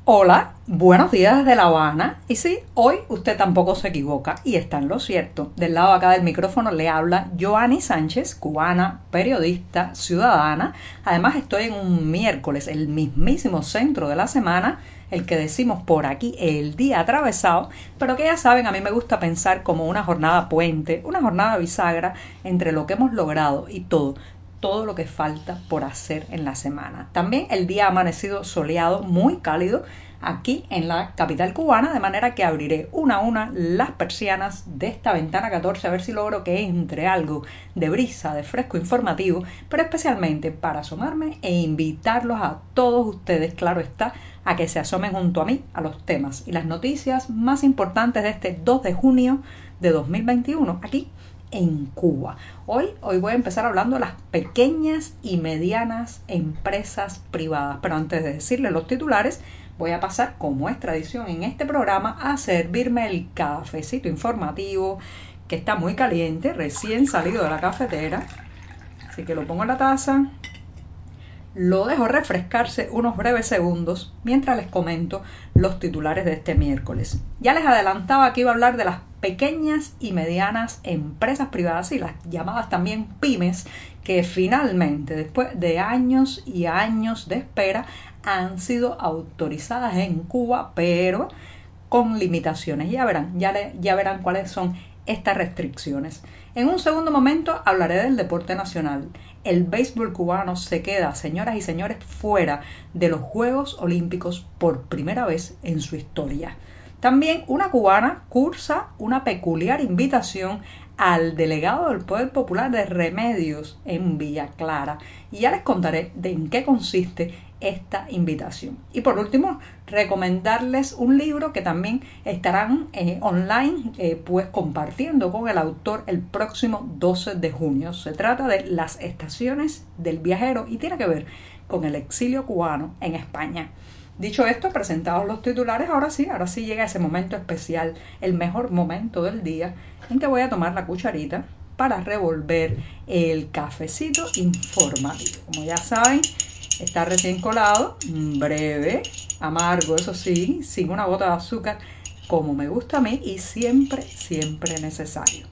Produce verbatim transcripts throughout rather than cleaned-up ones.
Hola, buenos días desde La Habana. Y sí, hoy usted tampoco se equivoca y está en lo cierto. Del lado acá del micrófono le habla Joanny Sánchez, cubana, periodista, ciudadana. Además estoy en un miércoles, el mismísimo centro de la semana, el que decimos por aquí el día atravesado, pero que ya saben, a mí me gusta pensar como una jornada puente, una jornada bisagra entre lo que hemos logrado y todo. todo lo que falta por hacer en la semana. También el día ha amanecido soleado, muy cálido aquí en la capital cubana, de manera que abriré una a una las persianas de esta ventana catorce a ver si logro que entre algo de brisa, de fresco informativo, pero especialmente para asomarme e invitarlos a todos ustedes, claro está, a que se asomen junto a mí a los temas y las noticias más importantes de este dos de junio de dos mil veintiuno, aquí en Cuba. Hoy, hoy voy a empezar hablando de las pequeñas y medianas empresas privadas, pero antes de decirles los titulares, voy a pasar, como es tradición en este programa, a servirme el cafecito informativo que está muy caliente, recién salido de la cafetera, así que lo pongo en la taza. Lo dejo refrescarse unos breves segundos mientras les comento los titulares de este miércoles. Ya les adelantaba que iba a hablar de las pequeñas y medianas empresas privadas y las llamadas también pymes, que finalmente, después de años y años de espera, han sido autorizadas en Cuba, pero con limitaciones. Ya verán, ya, le, ya verán cuáles son estas restricciones. En un segundo momento hablaré del deporte nacional. El béisbol cubano se queda, señoras y señores, fuera de los Juegos Olímpicos por primera vez en su historia. También una cubana cursa una peculiar invitación al delegado del Poder Popular de Remedios en Villa Clara. Y ya les contaré de en qué consiste esta invitación. Y por último, recomendarles un libro que también estarán eh, online eh, pues compartiendo con el autor el próximo doce de junio. Se trata de Las estaciones del viajero y tiene que ver con el exilio cubano en España. Dicho esto, presentados los titulares, ahora sí, ahora sí llega ese momento especial, el mejor momento del día en que voy a tomar la cucharita para revolver el cafecito informativo. Como ya saben, está recién colado, breve, amargo, eso sí, sin una gota de azúcar, como me gusta a mí y siempre, siempre necesario.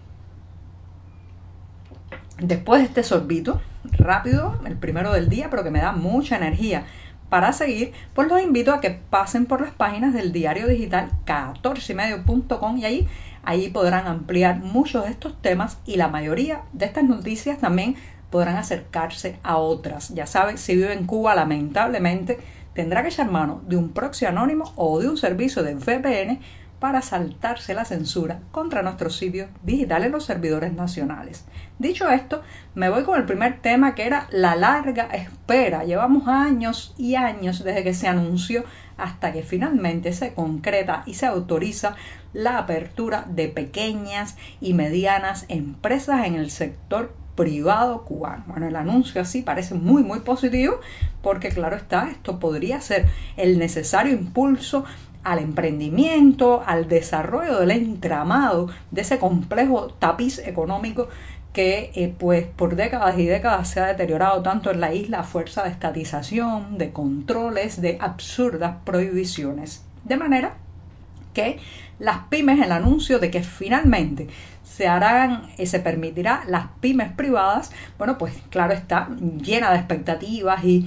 Después de este sorbito, rápido, el primero del día, pero que me da mucha energía para seguir, pues los invito a que pasen por las páginas del diario digital catorce y medio punto com y ahí, ahí podrán ampliar muchos de estos temas y la mayoría de estas noticias también podrán acercarse a otras. Ya saben, si vive en Cuba, lamentablemente tendrá que echar mano de un proxy anónimo o de un servicio de V P N para saltarse la censura contra nuestros sitios digitales en los servidores nacionales. Dicho esto, me voy con el primer tema, que era la larga espera. Llevamos años y años desde que se anunció hasta que finalmente se concreta y se autoriza la apertura de pequeñas y medianas empresas en el sector privado cubano. Bueno, el anuncio así parece muy muy positivo porque claro está, esto podría ser el necesario impulso al emprendimiento, al desarrollo del entramado de ese complejo tapiz económico que eh, pues por décadas y décadas se ha deteriorado tanto en la isla a fuerza de estatización, de controles, de absurdas prohibiciones. De manera que las pymes, el anuncio de que finalmente se harán, eh, se permitirá las pymes privadas, bueno, pues claro está, llena de expectativas y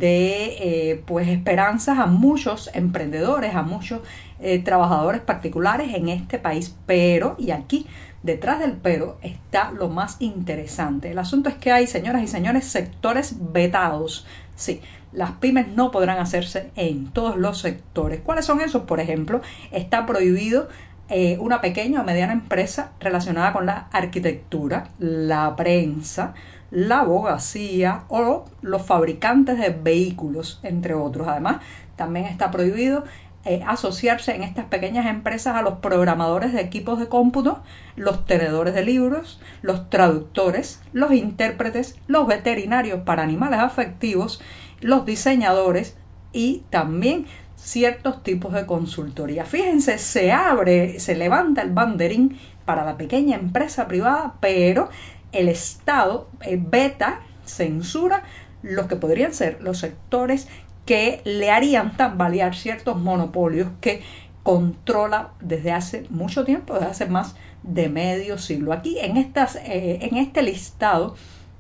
de eh, pues esperanzas a muchos emprendedores, a muchos eh, trabajadores particulares en este país, pero, y aquí detrás del pero está lo más interesante. El asunto es que hay, señoras y señores, sectores vetados. Sí, las pymes no podrán hacerse en todos los sectores. ¿Cuáles son esos? Por ejemplo, está prohibido eh, una pequeña o mediana empresa relacionada con la arquitectura, la prensa, la abogacía o los fabricantes de vehículos, entre otros. Además, también está prohibido Eh, asociarse en estas pequeñas empresas a los programadores de equipos de cómputo, los tenedores de libros, los traductores, los intérpretes, los veterinarios para animales afectivos, los diseñadores y también ciertos tipos de consultoría. Fíjense, se abre, se levanta el banderín para la pequeña empresa privada, pero el Estado eh, veta, censura los que podrían ser los sectores que le harían tambalear ciertos monopolios que controla desde hace mucho tiempo, desde hace más de medio siglo. Aquí en, estas, eh, en este listado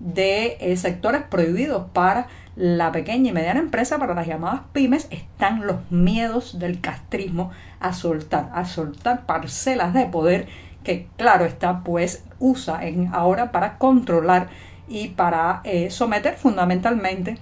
de eh, sectores prohibidos para la pequeña y mediana empresa, para las llamadas pymes, están los miedos del castrismo a soltar, a soltar parcelas de poder que, claro está, pues usa en, ahora para controlar y para eh, someter fundamentalmente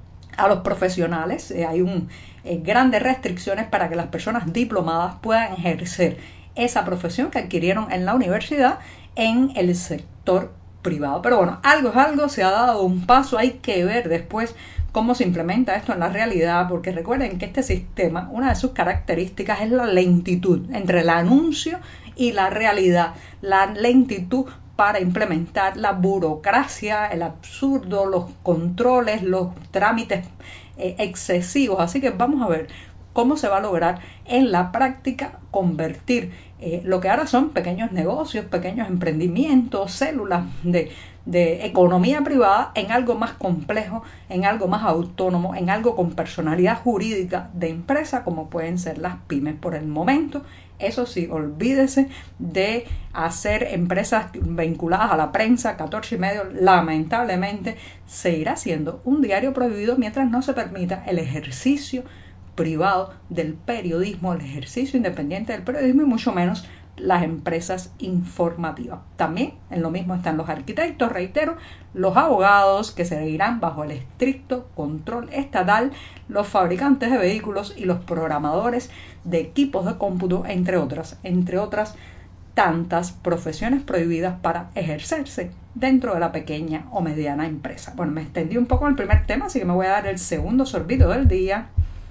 a los profesionales. Eh, hay un, eh, grandes restricciones para que las personas diplomadas puedan ejercer esa profesión que adquirieron en la universidad en el sector privado. Pero bueno, algo es algo, se ha dado un paso, hay que ver después cómo se implementa esto en la realidad, porque recuerden que este sistema, una de sus características es la lentitud entre el anuncio y la realidad, la lentitud para implementar, la burocracia, el absurdo, los controles, los trámites eh, excesivos. Así que vamos a ver cómo se va a lograr en la práctica convertir eh, lo que ahora son pequeños negocios, pequeños emprendimientos, células de, de economía privada en algo más complejo, en algo más autónomo, en algo con personalidad jurídica de empresa, como pueden ser las pymes. Por el momento, eso sí, olvídese de hacer empresas vinculadas a la prensa, catorce y medio, lamentablemente seguirá siendo un diario prohibido mientras no se permita el ejercicio privado del periodismo, el ejercicio independiente del periodismo y mucho menos las empresas informativas. También en lo mismo están los arquitectos, reitero, los abogados que seguirán bajo el estricto control estatal, los fabricantes de vehículos y los programadores de equipos de cómputo, entre otras, entre otras tantas profesiones prohibidas para ejercerse dentro de la pequeña o mediana empresa. Bueno, me extendí un poco en el primer tema, así que me voy a dar el segundo sorbito del día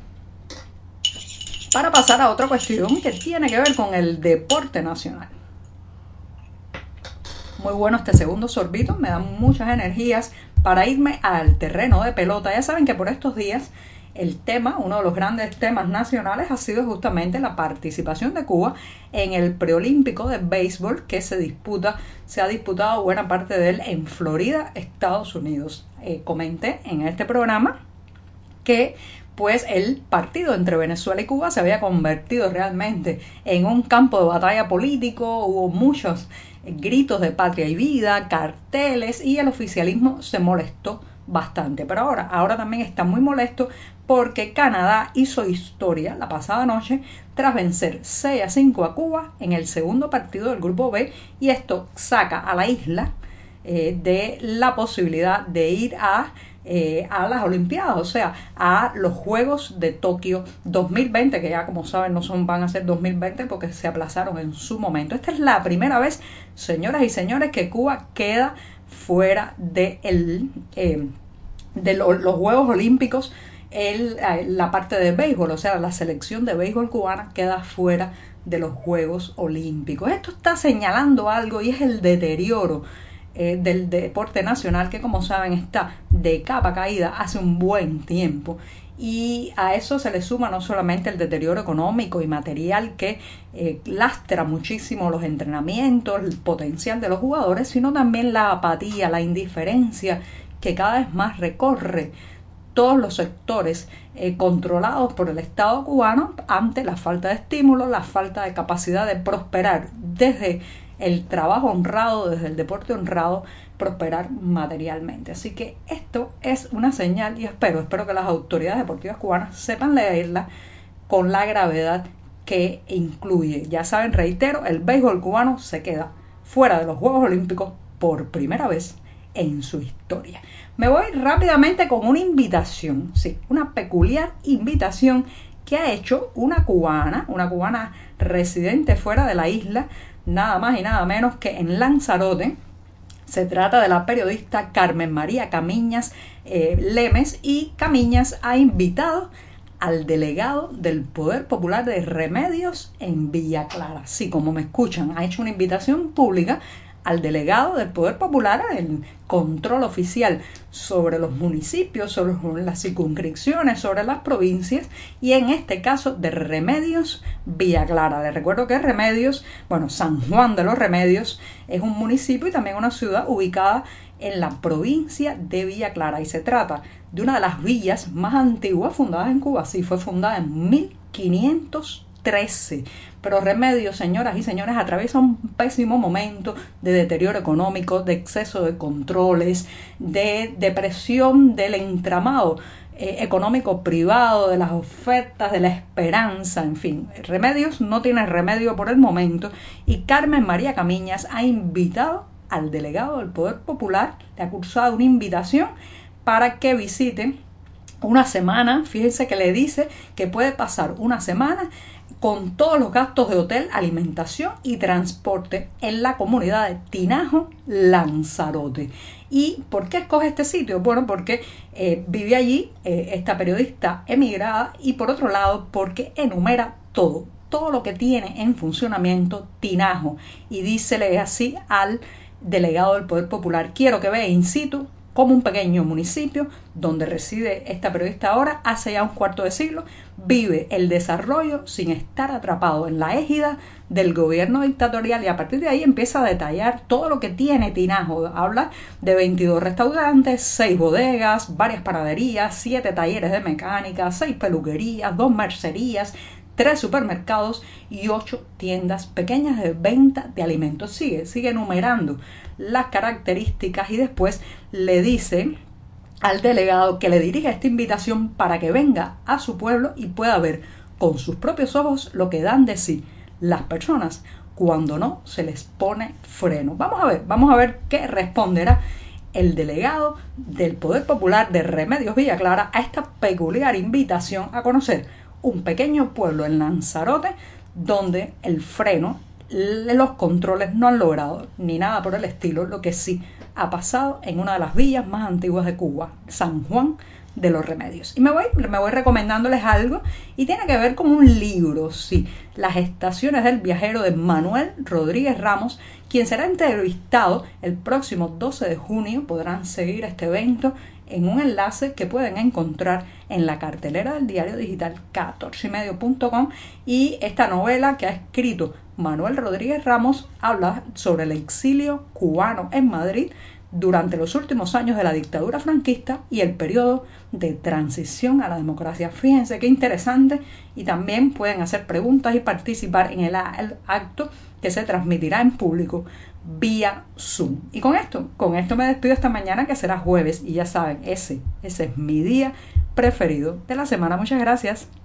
para pasar a otra cuestión que tiene que ver con el deporte nacional. Muy bueno este segundo sorbito, me da muchas energías para irme al terreno de pelota. Ya saben que por estos días el tema, uno de los grandes temas nacionales ha sido justamente la participación de Cuba en el preolímpico de béisbol que se disputa, se ha disputado buena parte de él en Florida, Estados Unidos. Eh, comenté en este programa que pues el partido entre Venezuela y Cuba se había convertido realmente en un campo de batalla político. Hubo muchos gritos de patria y vida, carteles, y el oficialismo se molestó bastante. Pero ahora, ahora también está muy molesto porque Canadá hizo historia la pasada noche tras vencer seis a cinco a Cuba en el segundo partido del Grupo B, y esto saca a la isla eh, de la posibilidad de ir a Eh, a las Olimpiadas, o sea, a los Juegos de Tokio dos mil veinte, que ya como saben no son, van a ser dos mil veinte porque se aplazaron en su momento. Esta es la primera vez, señoras y señores, que Cuba queda fuera de, el, eh, de lo, los Juegos Olímpicos. El, la parte de béisbol, o sea, la selección de béisbol cubana queda fuera de los Juegos Olímpicos. Esto está señalando algo, y es el deterioro Eh, del deporte nacional, que como saben está de capa caída hace un buen tiempo, y a eso se le suma no solamente el deterioro económico y material que eh, lastra muchísimo los entrenamientos, el potencial de los jugadores, sino también la apatía, la indiferencia que cada vez más recorre todos los sectores eh, controlados por el Estado cubano ante la falta de estímulo, la falta de capacidad de prosperar desde el trabajo honrado, desde el deporte honrado, prosperar materialmente. Así que esto es una señal, y espero, espero que las autoridades deportivas cubanas sepan leerla con la gravedad que incluye. Ya saben, reitero, el béisbol cubano se queda fuera de los Juegos Olímpicos por primera vez en su historia. Me voy rápidamente con una invitación, sí, una peculiar invitación que ha hecho una cubana, una cubana residente fuera de la isla, nada más y nada menos que en Lanzarote. Se trata de la periodista Carmen María Camiñas eh, Lemes, y Camiñas ha invitado al delegado del Poder Popular de Remedios en Villa Clara. Sí, como me escuchan, ha hecho una invitación pública al delegado del Poder Popular, el control oficial sobre los municipios, sobre las circunscripciones, sobre las provincias, y en este caso de Remedios Villa Clara. Les recuerdo que Remedios, bueno, San Juan de los Remedios es un municipio y también una ciudad ubicada en la provincia de Villa Clara, y se trata de una de las villas más antiguas fundadas en Cuba. Sí, fue fundada en mil quinientos trece. Pero Remedios, señoras y señores, atraviesa un pésimo momento de deterioro económico, de exceso de controles, de depresión del entramado eh, económico privado, de las ofertas, de la esperanza, en fin. Remedios no tiene remedio por el momento, y Carmen María Camiñas ha invitado al delegado del Poder Popular, le ha cursado una invitación para que visite una semana. Fíjense que le dice que puede pasar una semana con todos los gastos de hotel, alimentación y transporte en la comunidad de Tinajo, Lanzarote. ¿Y por qué escoge este sitio? Bueno, porque eh, vive allí eh, esta periodista emigrada, y por otro lado porque enumera todo, todo lo que tiene en funcionamiento Tinajo, y dícele así al delegado del Poder Popular: quiero que vea in situ como un pequeño municipio donde reside esta periodista ahora hace ya un cuarto de siglo vive el desarrollo sin estar atrapado en la égida del gobierno dictatorial. Y a partir de ahí empieza a detallar todo lo que tiene Tinajo. Habla de veintidós restaurantes, seis bodegas, varias panaderías, siete talleres de mecánica, seis peluquerías, dos mercerías, tres supermercados y ocho tiendas pequeñas de venta de alimentos. Sigue, sigue enumerando las características, y después le dice al delegado que le dirija esta invitación para que venga a su pueblo y pueda ver con sus propios ojos lo que dan de sí las personas cuando no se les pone freno. Vamos a ver, vamos a ver qué responderá el delegado del Poder Popular de Remedios Villa Clara a esta peculiar invitación a conocer un pequeño pueblo en Lanzarote donde el freno, los controles no han logrado ni nada por el estilo, lo que sí ha pasado en una de las villas más antiguas de Cuba, San Juan de los Remedios. Y me voy, me voy recomendándoles algo, y tiene que ver con un libro, sí, Las estaciones del viajero, de Manuel Rodríguez Ramos, quien será entrevistado el próximo doce de junio. Podrán seguir este evento en un enlace que pueden encontrar en la cartelera del diario digital catorce y medio punto com. Y esta novela que ha escrito Manuel Rodríguez Ramos habla sobre el exilio cubano en Madrid durante los últimos años de la dictadura franquista y el periodo de transición a la democracia. Fíjense qué interesante, y también pueden hacer preguntas y participar en el, el acto que se transmitirá en público vía Zoom. Y con esto, con esto me despido esta mañana, que será jueves, y ya saben, ese, ese es mi día preferido de la semana. Muchas gracias.